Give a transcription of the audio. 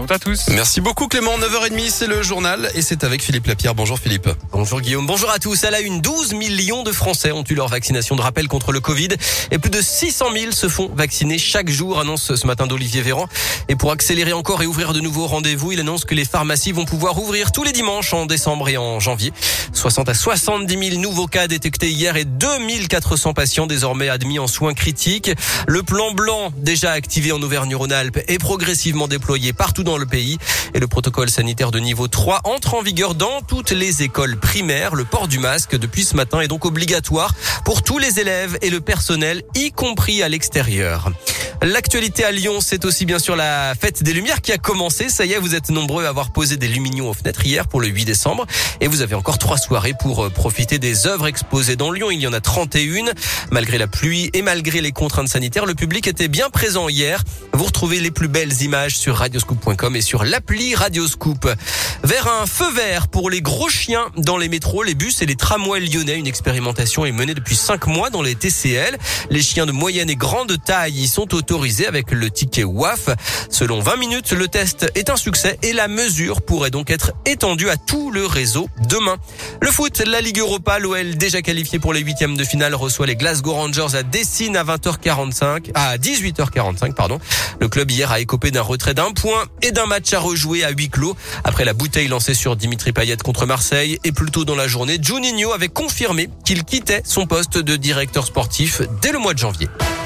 route à tous. Merci beaucoup Clément, 9h30, c'est le journal et c'est avec Philippe Lapierre. Bonjour Philippe. Bonjour Guillaume, bonjour à tous. À la une, 12 millions de Français ont eu leur vaccination de rappel contre le Covid et plus de 600 000 se font vacciner chaque jour, annonce ce matin d'Olivier Véran. Et pour accélérer encore et ouvrir de nouveaux rendez-vous, il annonce que les pharmacies vont pouvoir ouvrir tous les dimanches en décembre et en janvier. 60 à 70 000 nouveaux cas détectés hier et 2400 patients désormais admis en soins critiques. Le plan blanc, déjà activé en Auvergne-Rhône-Alpes, est progressivement déployé partout dans le pays. Et le protocole sanitaire de niveau 3 entre en vigueur dans toutes les écoles primaires. Le port du masque depuis ce matin est donc obligatoire pour tous les élèves et le personnel, y compris à l'extérieur. L'actualité à Lyon, c'est aussi bien sûr la fête des Lumières qui a commencé. Ça y est, vous êtes nombreux à avoir posé des lumignons aux fenêtres hier pour le 8 décembre. Et vous avez encore 3 soirées pour profiter des œuvres exposées dans Lyon. Il y en a 31. Malgré la pluie et malgré les contraintes sanitaires, le public était bien présent hier. Vous retrouvez les plus belles images sur radioscoop.com et sur l'appli Radioscoop. Vers un feu vert pour les gros chiens dans les métros, les bus et les tramways lyonnais. Une expérimentation est menée depuis 5 mois dans les TCL. Les chiens de moyenne et grande taille y sont autorisés avec le ticket WAF. Selon 20 minutes, le test est un succès et la mesure pourrait donc être étendue à tout le réseau demain. Le foot, la Ligue Europa, l'OL déjà qualifié pour les 8e de finale reçoit les Glasgow Rangers à Dessine à 18h45, pardon. Le club hier a écopé d'un retrait d'1 point et d'un match à rejouer à huis clos. Après la bouteille lancée sur Dimitri Payet contre Marseille et plus tôt dans la journée, Juninho avait confirmé qu'il quittait son poste de directeur sportif dès le mois de janvier.